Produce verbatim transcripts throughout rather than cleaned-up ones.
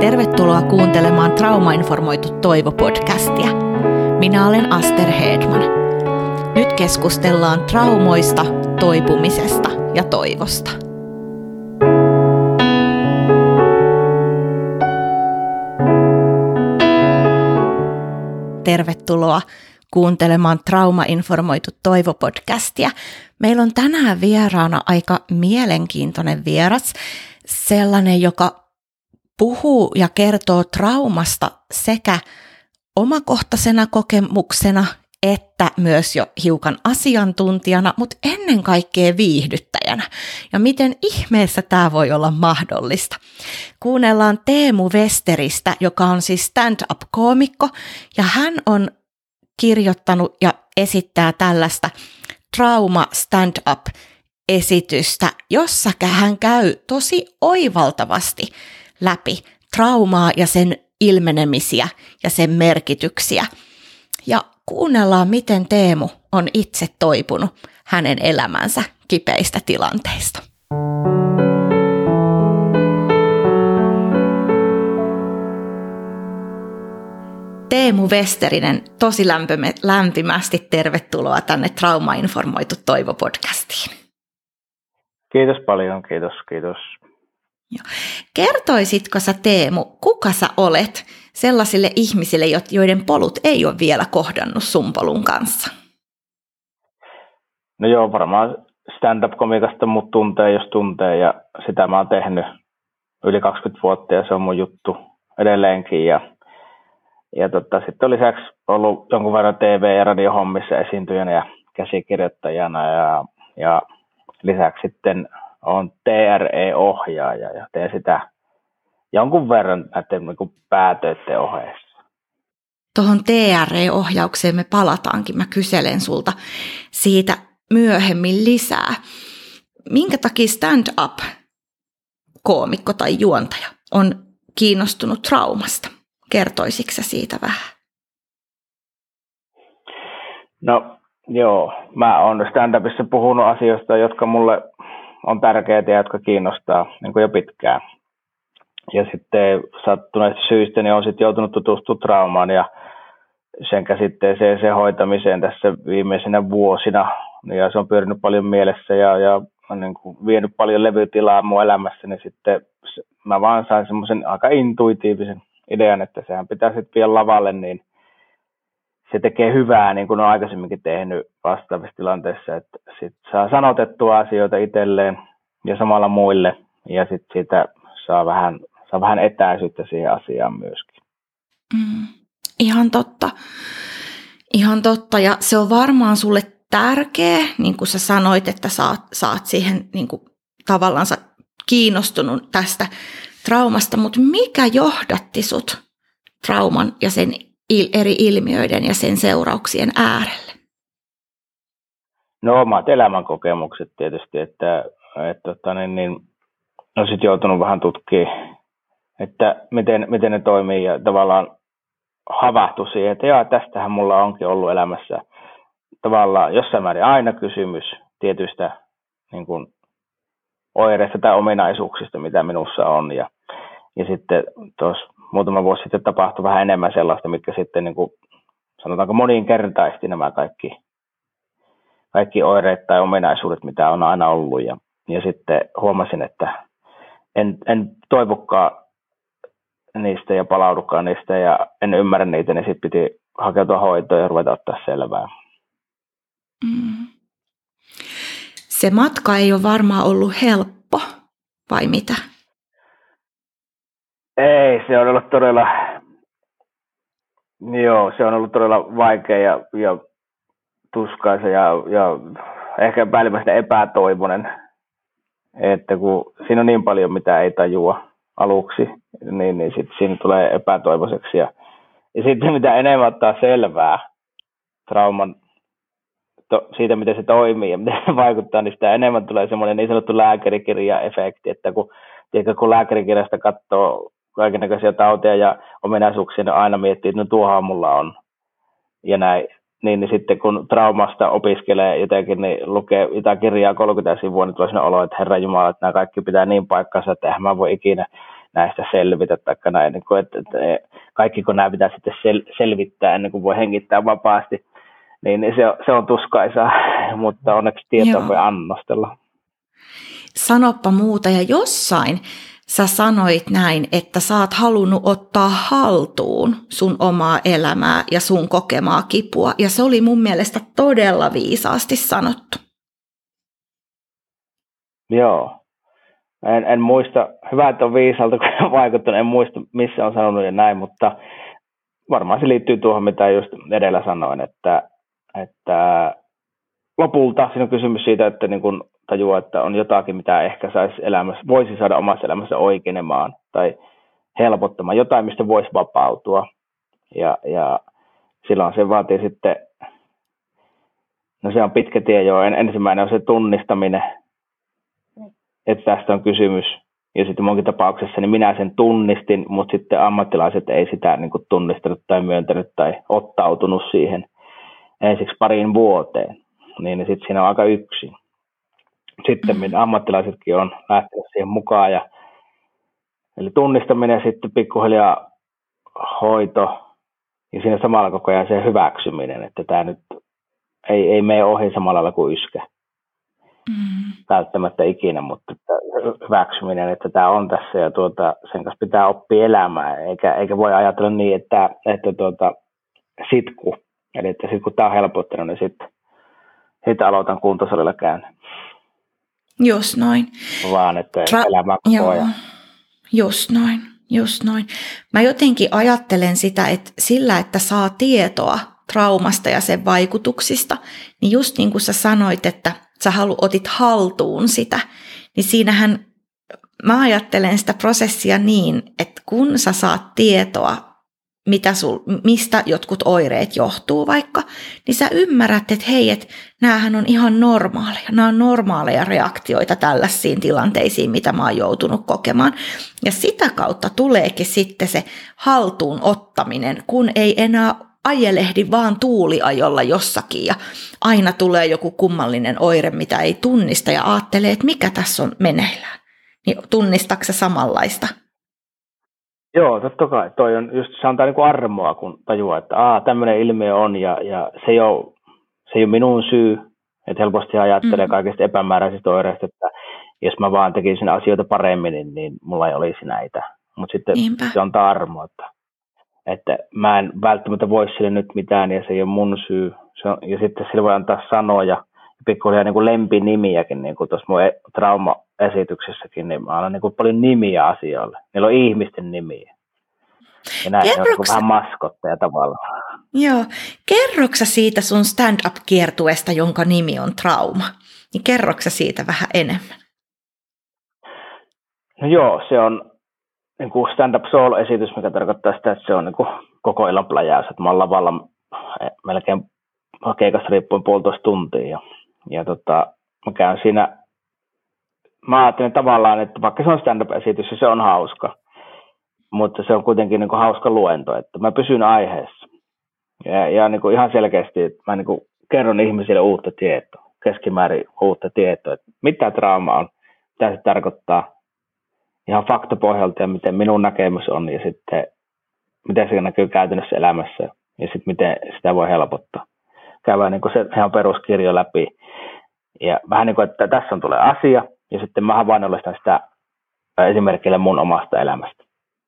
Tervetuloa kuuntelemaan Traumainformoitu Toivo-podcastia. Minä olen Aster Hedman. Nyt keskustellaan traumoista, toipumisesta ja toivosta. Tervetuloa kuuntelemaan Traumainformoitu Toivo-podcastia. Meillä on tänään vieraana aika mielenkiintoinen vieras, sellainen, joka puhuu ja kertoo traumasta sekä omakohtaisena kokemuksena että myös jo hiukan asiantuntijana, mutta ennen kaikkea viihdyttäjänä. Ja miten ihmeessä tämä voi olla mahdollista? Kuunnellaan Teemu Westeristä, joka on siis stand-up-koomikko, ja hän on kirjoittanut ja esittää tällaista trauma stand-up-esitystä, jossa hän käy tosi oivaltavasti läpi traumaa ja sen ilmenemisiä ja sen merkityksiä. Ja kuunnellaan, miten Teemu on itse toipunut hänen elämänsä kipeistä tilanteista. Teemu Westerinen, tosi lämpimästi tervetuloa tänne Traumainformoitu Toivo-podcastiin. Kiitos paljon, kiitos, kiitos. Kertoisitko sä, Teemu, kuka sä olet sellaisille ihmisille, joiden polut ei ole vielä kohdannut sun polun kanssa? No joo, varmaan stand-up-komikasta mut tuntee, jos tuntee, ja sitä mä oon tehnyt yli kaksikymmentä vuotta, ja se on mun juttu edelleenkin. Ja, ja tota, sitten on lisäksi ollut jonkun verran T V- ja radiohommissa esiintyjänä ja käsikirjoittajana, ja, ja lisäksi sitten olen T R E-ohjaaja ja teen sitä jonkun verran näiden niin kuin päätöiden ohjeessa. Tuohon T R E-ohjaukseen me palataankin. Mä kyselen sulta siitä myöhemmin lisää. Minkä takia stand-up-koomikko tai juontaja on kiinnostunut traumasta? Kertoisitko sä siitä vähän? No joo, mä oon stand-upissa puhunut asioista, jotka mulle on tärkeitä ja jotka kiinnostaa niin kuin jo pitkään. Ja sitten sattuneista syistä niin olen sitten joutunut tutustumaan traumaan ja sen käsitteeseen ja sen hoitamiseen tässä viimeisinä vuosina. Ja se on pyörinyt paljon mielessä ja, ja on niin kuin vienyt paljon levytilaa mun elämässä, niin sitten mä vaan sain semmoisen aika intuitiivisen idean, että sehän pitää sitten vielä lavalle, niin se tekee hyvää, niin kuin on aikaisemminkin tehnyt vastaavissa tilanteissa, että sit saa sanotettua asioita itselleen ja samalla muille, ja sitten siitä saa vähän, saa vähän etäisyyttä siihen asiaan myöskin. Mm, ihan totta. Ihan totta, ja se on varmaan sulle tärkeä, niin kuin sä sanoit, että saat, saat siihen niin kuin tavallaan kiinnostunut tästä traumasta, mutta mikä johdatti sut trauman ja sen eri ilmiöiden ja sen seurauksien äärelle? No omat elämänkokemukset tietysti, että, että, että niin, niin, olen sitten joutunut vähän tutkimaan, että miten, miten ne toimii ja tavallaan havahtu siihen, että jaa, tästähän mulla onkin ollut elämässä tavallaan jossain määrin aina kysymys tietyistä niin kuin oireista tai ominaisuuksista, mitä minussa on. Ja, ja sitten tuossa muutama vuosi sitten tapahtui vähän enemmän sellaista, mitkä sitten niin kuin, sanotaanko moninkertaisti nämä kaikki, kaikki oireet tai ominaisuudet, mitä on aina ollut. Ja, ja sitten huomasin, että en, en toivokaan niistä ja palaudukaan niistä ja en ymmärrä niitä, niin sitten piti hakeutua hoitoon ja ruveta ottaa selvää. Mm. Se matka ei ole varmaan ollut helppo, vai mitä? Ei, se on ollut todella, joo, se on ollut todella vaikea ja, ja tuskaisa ja, ja ehkä päällimmäistä epätoivoinen, että kun siinä on niin paljon, mitä ei tajua aluksi, niin, niin sitten siinä tulee epätoivoiseksi. Ja, ja sitten mitä enemmän ottaa selvää trauman to, siitä, miten se toimii ja miten se vaikuttaa, niin sitä enemmän tulee semmoinen niin sanottu lääkärikirja-efekti, että kun, tiedätkö, kun lääkärikirjasta katsoo kaikennäköisiä tauteja ja ominaisuuksia, niin aina miettii, että no tuohan mulla on. Ja näin. Niin, niin sitten kun traumasta opiskelee jotenkin, niin lukee jotain kirjaa kolmekymmentä sivua, niin tulee sinne olo, että Herra Jumala, että nämä kaikki pitää niin paikkansa, että eihän mä voi ikinä näistä selvitä, taikka näin, niin kuin, että, että kaikki kun nämä pitää sitten sel, selvittää ennen kuin voi hengittää vapaasti, niin se, se on tuskaisaa, mutta onneksi tietoa voi annostella. Sanoppa muuta, ja jossain sä sanoit näin, että sä oot halunnut ottaa haltuun sun omaa elämää ja sun kokemaa kipua, ja se oli mun mielestä todella viisaasti sanottu. Joo. En, en muista, hyvä, että on viisalta, kun on vaikuttanut, en muista missä on sanonut ja näin, mutta varmaan se liittyy tuohon, mitä just edellä sanoin, että, että lopulta siinä on kysymys siitä, että niin kun tajuaa, että on jotakin, mitä ehkä saisi elämässä, voisi saada omassa elämässä oikeenemaan tai helpottamaan, jotain, mistä voisi vapautua. Ja, ja silloin se vaatii sitten, no se on pitkä tie jo, ensimmäinen on se tunnistaminen, että tästä on kysymys. Ja sitten munkin tapauksessa niin minä sen tunnistin, mutta sitten ammattilaiset ei sitä niin kuin tunnistanut tai myöntänyt tai ottautunut siihen ensiksi pariin vuoteen. Niin sitten siinä on aika yksin. Sitten mm. ammattilaisetkin on lähtenyt siihen mukaan. Ja, eli tunnistaminen ja sitten pikkuhiljaa hoito ja siinä samalla koko ajan se hyväksyminen, että tämä nyt ei, ei mene ohi samalla lailla kuin yskä. Mm. Välttämättä ikinä, mutta hyväksyminen, että tämä on tässä ja tuota, sen kanssa pitää oppia elämään, eikä, eikä voi ajatella niin, että, että tuota, sitku, eli että sit kun tämä on helpottanut, niin sitten sit aloitan kuntosalilla käynnin. Just noin. Vaan, että Tra- elämä koko ajan. Just noin, just noin. Mä jotenkin ajattelen sitä, että sillä, että saa tietoa traumasta ja sen vaikutuksista, niin just niin kuin sä sanoit, että sä halu, otit haltuun sitä, niin siinähän mä ajattelen sitä prosessia niin, että kun sä saat tietoa, mitä sul, mistä jotkut oireet johtuu vaikka, niin sä ymmärrät, että hei, että näähän on ihan normaaleja. Nämä on normaaleja reaktioita tällaisiin tilanteisiin, mitä mä oon joutunut kokemaan. Ja sitä kautta tuleekin sitten se haltuun ottaminen, kun ei enää ajelehdi vaan tuuliajolla jossakin ja aina tulee joku kummallinen oire, mitä ei tunnista ja ajattelee, että mikä tässä on meneillään. Niin tunnistaako se samanlaista? Joo, totta kai. Toi on just, se antaa niinku armoa, kun tajuaa, että aa, tämmöinen ilmiö on ja, ja se, ei ole, se ei ole minun syy. Että helposti ajattelee mm. kaikista epämääräisistä oireista, että jos mä vaan tekisin asioita paremmin, niin, niin mulla ei olisi näitä. Mutta sitten Niinpä. Se antaa armoa, että että mä en välttämättä voi sille nyt mitään ja se ei ole mun syy. Se on, ja sitten sille voi antaa sanoja ja pikkuhiljaa niin kuin lempinimiäkin, niin kuin tuossa mun trauma-esityksessäkin, niin mä annan niin kuin paljon nimiä asioille. Niillä on ihmisten nimiä. Ja näin on niin kuin vähän maskotteja tavallaan. Joo. Kerroksä siitä sun stand-up-kiertueesta, jonka nimi on Trauma? Niin kerroksä siitä vähän enemmän? No joo, se on niin kuin stand-up solo-esitys, mikä tarkoittaa sitä, että se on niin kuin koko illan pläjäys. Että mä oon lavalla melkein keikasta riippuen puolitoista tuntia. Ja, ja tota, mä käyn siinä, mä ajattelen tavallaan, että vaikka se on stand-up-esitys ja se on hauska, mutta se on kuitenkin niin kuin hauska luento, että mä pysyn aiheessa. Ja, ja niin kuin ihan selkeästi, että mä niin kuin kerron ihmisille uutta tietoa, keskimäärin uutta tietoa, että mitä trauma on, mitä se tarkoittaa, ihan faktapohjalta ja miten minun näkemys on ja sitten miten se näkyy käytännössä elämässä ja sitten miten sitä voi helpottaa. Käydään niin kuin se ihan peruskirjo läpi ja vähän niin kuin, että tässä on tulee asia ja sitten mä havainnollistan sitä esimerkillä mun omasta elämästä.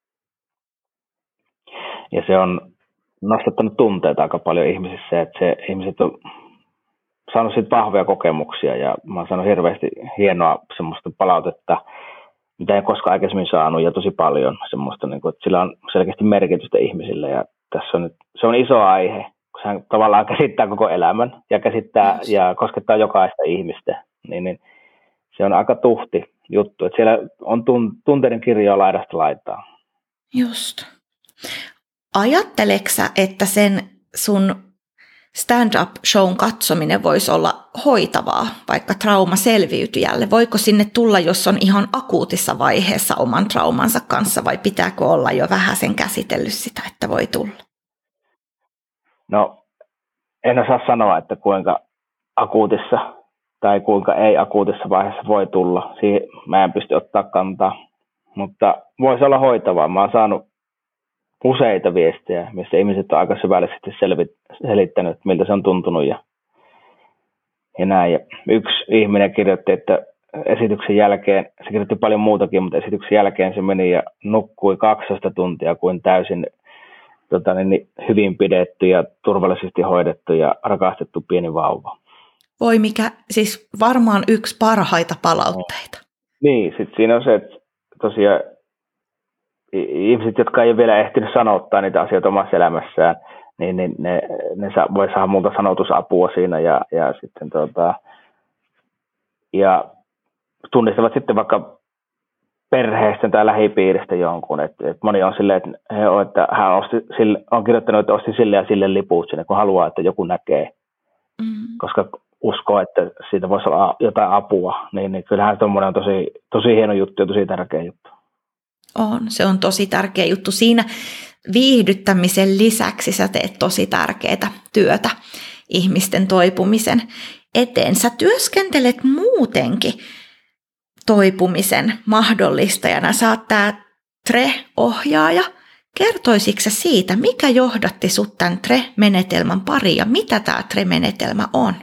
Ja se on nostattanut tunteita aika paljon ihmisissä, että se, ihmiset on saanut siitä vahvoja kokemuksia ja mä oon saanut hirveästi hienoa semmoista palautetta, mitä ei koskaan aikaisemmin saanut ja tosi paljon semmoista, niin kuin, että sillä on selkeästi merkitystä ihmisille ja tässä on nyt, se on iso aihe, kun sehän tavallaan käsittää koko elämän ja käsittää yes. ja koskettaa jokaista ihmistä, niin, niin se on aika tuhti juttu, että siellä on tunteiden kirjoa laidasta laitaa. Just. Ajatteleksä, että sen sun stand-up-shown katsominen voisi olla hoitavaa, vaikka traumaselviytyjälle? Voiko sinne tulla, jos on ihan akuutissa vaiheessa oman traumansa kanssa, vai pitääkö olla jo vähän sen käsitellyt sitä, että voi tulla? No, en osaa sanoa, että kuinka akuutissa tai kuinka ei akuutissa vaiheessa voi tulla. Siihen mä en pysty ottaa kantaa. mutta voisi olla hoitavaa. Mä oon saanut useita viestejä, missä ihmiset on aika syvällisesti selvi- selittänyt, miltä se on tuntunut ja, ja näin. Ja yksi ihminen kirjoitti, että esityksen jälkeen, se kirjoitti paljon muutakin, mutta esityksen jälkeen se meni ja nukkui kaksitoista tuntia kuin täysin tota, niin, hyvin pidetty ja turvallisesti hoidettu ja rakastettu pieni vauva. Voi mikä, siis varmaan yksi parhaita palautteita. Niin, sitten siinä on se, että tosiaan ihmiset, jotka ei ole vielä ehtinyt sanottaa niitä asioita omassa elämässään, niin, niin ne, ne saa, voi saada multa sanotusapua siinä ja, ja sitten tota, ja tunnistavat sitten vaikka perheestä tai lähipiiristä jonkun. Et, et moni on silleen, että, he on, että hän osti, sille, on kirjoittanut, että osti sille ja sille liput sinne, kun haluaa, että joku näkee. Mm. Koska uskoo, että siitä voisi olla jotain apua. Niin, niin kyllähän tuommoinen on tosi, tosi hieno juttu ja tosi tärkeä juttu. On, se on tosi tärkeä juttu. Siinä viihdyttämisen lisäksi sä teet tosi tärkeää työtä ihmisten toipumisen eteen. Sä työskentelet muutenkin toipumisen mahdollistajana. Sä oot tää T R E-ohjaaja. Kertoisitko sä siitä, mikä johdatti sut tämän T R E-menetelmän pariin ja mitä tämä T R E-menetelmä on?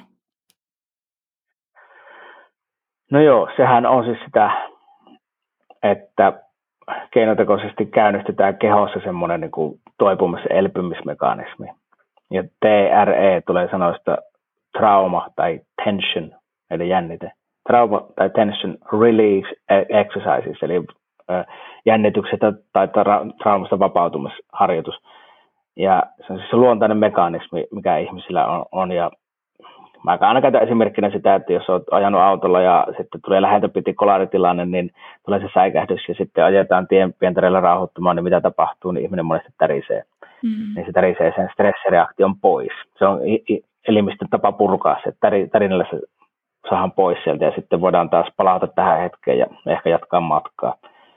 No joo, sehän on siis sitä, että keinotekoisesti käynnistetään kehossa semmoinen niin kuin toipumis- ja elpymismekanismi. Ja T R E tulee sanoista trauma tai tension, eli jännite. Trauma tai tension release exercises, eli jännityksestä tai tra- traumasta vapautumisharjoitus. Ja se on siis se luontainen mekanismi, mikä ihmisillä on. on. Ja mä aina käytän esimerkkinä sitä, että jos olet ajanut autolla ja sitten tulee läheltä piti kolaritilanne, niin tulee se säikähdys ja sitten ajetaan tien pientareella rauhoittumaan, niin mitä tapahtuu, niin ihminen monesti tärisee. Mm. Niin se tärisee sen stressireaktion pois. Se on elimistön tapa purkaa se, tärinällä se saadaan pois sieltä ja sitten voidaan taas palata tähän hetkeen ja ehkä jatkaa matkaa.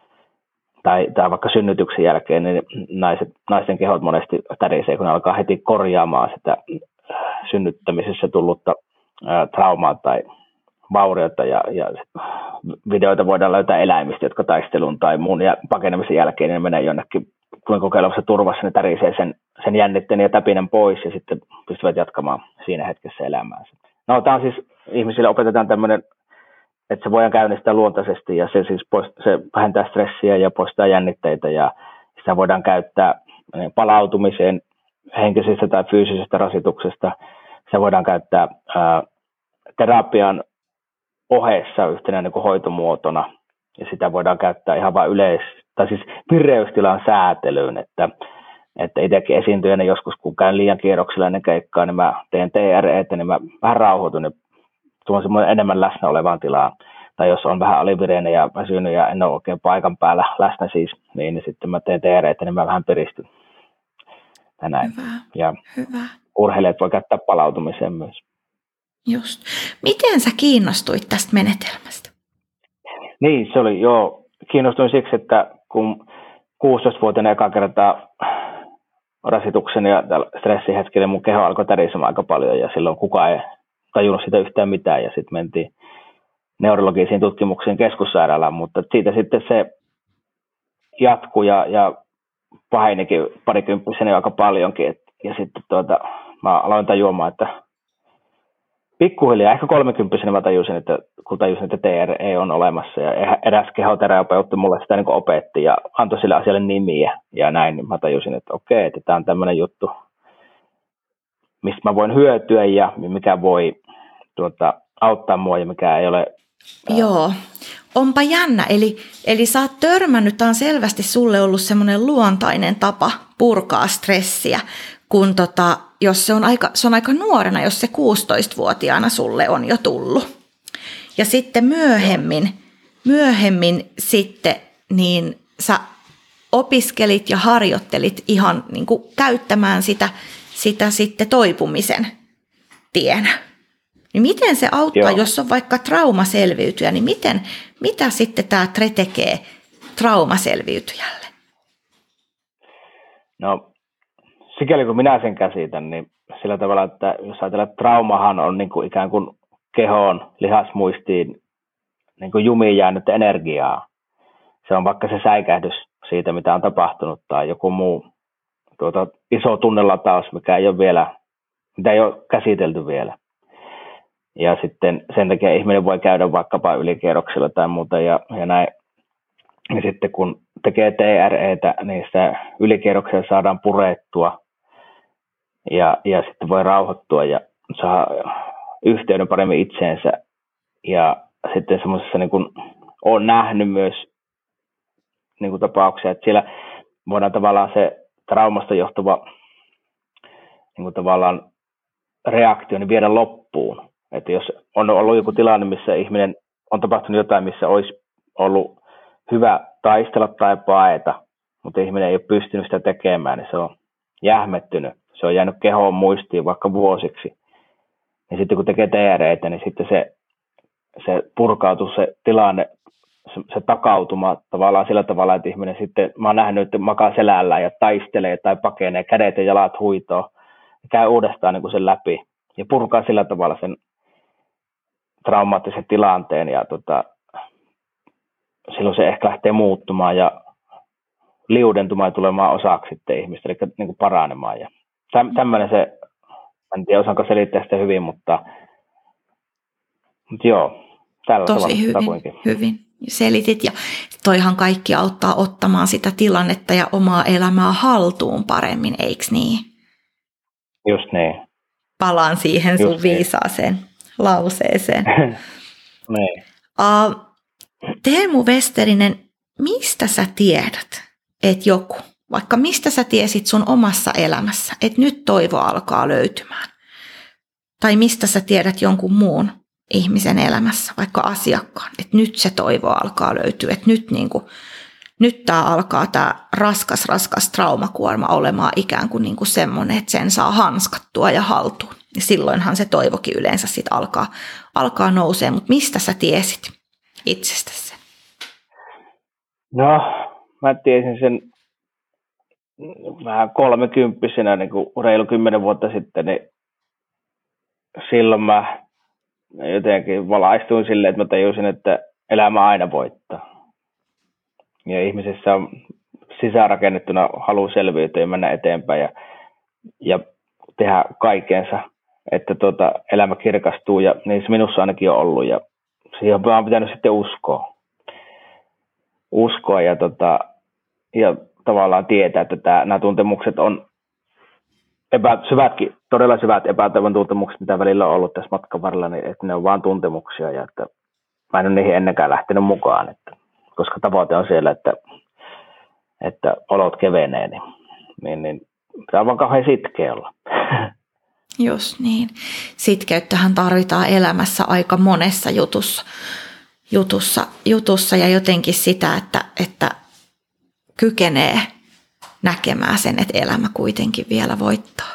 Tai, tai vaikka synnytyksen jälkeen, niin naiset, naisten kehot monesti tärisee, kun ne alkaa heti korjaamaan sitä synnyttämisessä tullutta ää, traumaa tai vauriota. Ja, ja videoita voidaan löytää eläimistä, jotka taistelun tai muun ja pakenemisen jälkeen niin ne menee jonnekin, kun kokeilemassa turvassa, ne tärisee sen, sen jännitteen ja täpinen pois ja sitten pystyvät jatkamaan siinä hetkessä elämäänsä. No, tämä on siis, ihmisille opetetaan tämmöinen, että se voidaan käynnistää luontaisesti ja se siis poist, se vähentää stressiä ja poistaa jännitteitä ja sitä voidaan käyttää palautumiseen henkisestä tai fyysisestä rasituksesta. Se voidaan käyttää ää, terapian ohessa yhtenä niin kuin hoitomuotona ja sitä voidaan käyttää ihan vain yleis, tai siis vireystilan säätelyyn, että, että itsekin esiintyjänä joskus, kun käyn liian kierroksilla ennen keikkaa, niin mä teen T R E:tä, niin mä vähän rauhoitun ja tuon semmoinen enemmän läsnä olevaan tilaan. Tai jos on vähän alivireinen ja väsynyt ja en ole oikein paikan päällä läsnä siis, niin, niin sitten mä teen T R E:tä, niin mä vähän piristyn. Tänään. Hyvä, ja hyvä. Urheilijat voi käyttää palautumiseen myös. Just. Miten sä kiinnostuit tästä menetelmästä? Niin, se oli joo. Kiinnostuin siksi, että kun kuusitoistavuotiaana eka kertaa rasituksen ja stressihetkellä mun keho alkoi tärisemään aika paljon ja silloin kukaan ei tajunnut sitä yhtään mitään ja sitten mentiin neurologisiin tutkimuksiin keskussairaalaan, mutta siitä sitten se jatkui ja, ja pahenikin parikymppisenä aika paljonkin et, ja sitten tuota, mä aloin tajuamaan, että pikkuhiljaa, ehkä kolmekymppisenä mä tajusin, että kun tajusin, että T R E on olemassa ja eräs kehoterapeutti mulle sitä niin kuin opetti ja antoi sille asialle nimiä ja näin, niin mä tajusin, että okei, että tämä on tämmöinen juttu, mistä mä voin hyötyä ja mikä voi tuota, auttaa mua ja mikä ei ole. Joo, onpa jännä. Eli, eli sä oot törmännyt, tämä on selvästi sulle ollut semmoinen luontainen tapa purkaa stressiä, kun tota, jos se on, aika, se on aika nuorena, jos se kuusitoistavuotiaana sulle on jo tullut. Ja sitten myöhemmin, myöhemmin sitten, niin sä opiskelit ja harjoittelit ihan niin kuin käyttämään sitä, sitä sitten toipumisen tienä. Niin miten se auttaa, Joo. jos on vaikka traumaselviytyjä, niin miten, mitä sitten tämä T R E tekee traumaselviytyjälle? No, sikäli kun minä sen käsitän, niin sillä tavalla, että jos ajatellaan, että traumahan on niin kuin ikään kuin kehoon, lihasmuistiin niin kuin jumiin jäänyt energiaa. se on vaikka se säikähdys siitä, mitä on tapahtunut, tai joku muu tuota, iso tunnelataus, mikä ei ole vielä, mitä ei ole käsitelty vielä. Ja sitten sen takia ihminen voi käydä vaikkapa ylikierroksilla tai muuta ja, ja näin. Ja sitten kun tekee T R E:tä, niin sitä ylikierroksia saadaan purettua ja, ja sitten voi rauhoittua ja saa yhteyden paremmin itseensä. Ja sitten semmoisessa niin kuin olen nähnyt myös niin kuin tapauksia, että siellä voidaan tavallaan se traumasta johtuva niin kuin tavallaan reaktio niin viedä loppuun. Että jos on ollut joku tilanne, missä ihminen on tapahtunut jotain, missä olisi ollut hyvä taistella tai paeta, mutta ihminen ei ole pystynyt sitä tekemään, niin se on jähmettynyt. Se on jäänyt kehoon muistiin vaikka vuosiksi. Ja sitten kun tekee T R E:tä, niin sitten se, se purkautuu se tilanne, se, se takautuma tavallaan sillä tavalla, että ihminen sitten, mä oon nähnyt, että makaa selällään ja taistelee tai pakenee, kädet ja jalat huitoo, ja käy uudestaan niin kuin sen läpi ja purkaa sillä tavalla sen traumaattisen tilanteen ja tota, silloin se ehkä lähtee muuttumaan ja liudentumaan ja tulemaan osaksi sitten ihmistä, eli niin kuin paranemaan. Ja tämmöinen se, en tiedä osaanko selittää sitä hyvin, mutta, mutta joo, tällä tosi tavalla. Tosi hyvin, hyvin selitit ja toihan kaikki auttaa ottamaan sitä tilannetta ja omaa elämää haltuun paremmin, eikö niin? Just niin. Palaan siihen sun Just viisaaseen niin. lauseeseen. niin. Uh, Teemu Westerinen, mistä sä tiedät, että joku, vaikka mistä sä tiesit sun omassa elämässä, että nyt toivo alkaa löytymään? Tai mistä sä tiedät jonkun muun ihmisen elämässä, vaikka asiakkaan, että nyt se toivo alkaa löytyä, että nyt, niin kuin, nyt tää alkaa tämä raskas, raskas traumakuorma olemaan ikään kuin, niin kuin semmoinen, että sen saa hanskattua ja haltuun. Ja silloinhan se toivokin yleensä sit alkaa, alkaa nousee, mutta mistä sä tiesit itsestäsi? No, mä tiesin sen vähän kolmekymppisenä, niin kuin reilu kymmenen vuotta sitten, niin silloin mä jotenkin valaistuin silleen, että mä tajusin, että elämä aina voittaa. Ja ihmisessä on sisäänrakennettuna halu selviytyä ja mennä eteenpäin ja, ja tehdä kaikkeensa, että tuota, elämä kirkastuu ja niin se minussa ainakin on ollut ja siihen on pitänyt sitten uskoa. Uskoa ja, tota, ja tavallaan tietää, että tämä, nämä tuntemukset on epä, syvätkin, todella syvät epätoivon tuntemukset, mitä välillä on ollut tässä matkan varrella, niin että ne on vain tuntemuksia ja että mä en ole niihin ennenkään lähtenyt mukaan, että, koska tavoite on siellä, että, että olot kevenee, niin, niin, niin tämä on vaan kauhean sitkeä olla. Just niin. Sitkeyttähän tarvitaan elämässä aika monessa jutussa, jutussa, jutussa ja jotenkin sitä, että, että kykenee näkemään sen, että elämä kuitenkin vielä voittaa.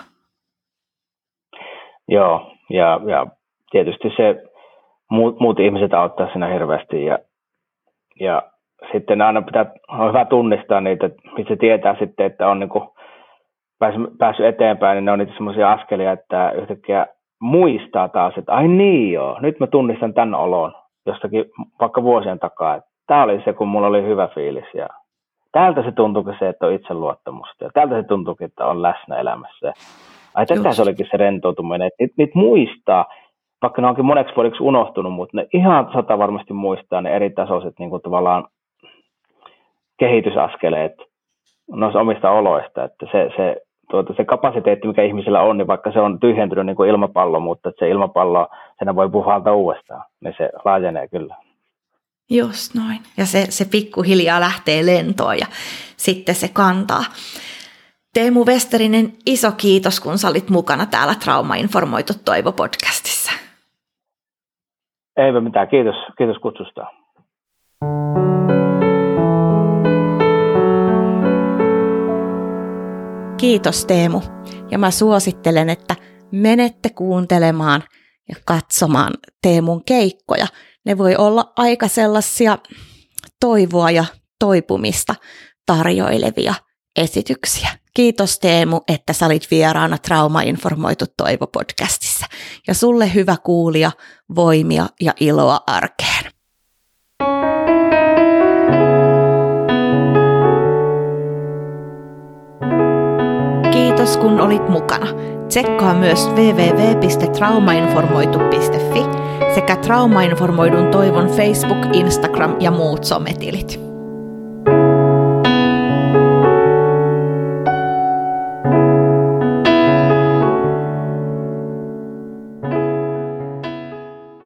Joo, ja, ja tietysti se muut, muut ihmiset auttaa siinä hirveästi ja, ja sitten aina pitää, on hyvä tunnistaa niitä, että se tietää sitten, että on niin kuin päässyt, päässyt eteenpäin, niin ne on niitä semmoisia askelia, että yhtäkkiä muistaa taas, että ai niin joo, nyt mä tunnistan tämän olon jostakin vaikka vuosien takaa, että tämä oli se, kun mulla oli hyvä fiilis ja täältä se tuntuukin se, että on itseluottamusta ja täältä se tuntuukin, että on läsnä elämässä. Ai tätä se olikin se rentoutuminen, että niitä, niitä muistaa, vaikka ne onkin moneksi vuodeksi unohtunut, mutta ne ihan sata varmasti muistaa ne eri tasoiset niin kuin tavallaan kehitysaskeleet noista omista oloista, että se, se, tuota, se kapasiteetti, mikä ihmisellä on, niin vaikka se on tyhjentynyt niin kuin ilmapallo, mutta että se ilmapallo, sen voi puhaltaa uudestaan, niin se laajenee kyllä. Just noin. Ja se, se pikkuhiljaa lähtee lentoon ja sitten se kantaa. Teemu Westerinen, iso kiitos, kun sä olit mukana täällä Trauma-informoitu Toivo-podcastissa. Eipä mitään, kiitos, kiitos kutsusta. Kiitos Teemu. Ja mä suosittelen, että menette kuuntelemaan ja katsomaan Teemun keikkoja. Ne voi olla aika sellaisia toivoa ja toipumista tarjoilevia esityksiä. Kiitos Teemu, että sä olit vieraana Trauma-informoitu Toivo-podcastissa. Ja sulle hyvä kuulija, voimia ja iloa arkeen. Kiitos kun olit mukana. Tsekkaa myös double-u double-u double-u piste traumainformoitu piste fi sekä Traumainformoidun Toivon Facebook, Instagram ja muut sometilit.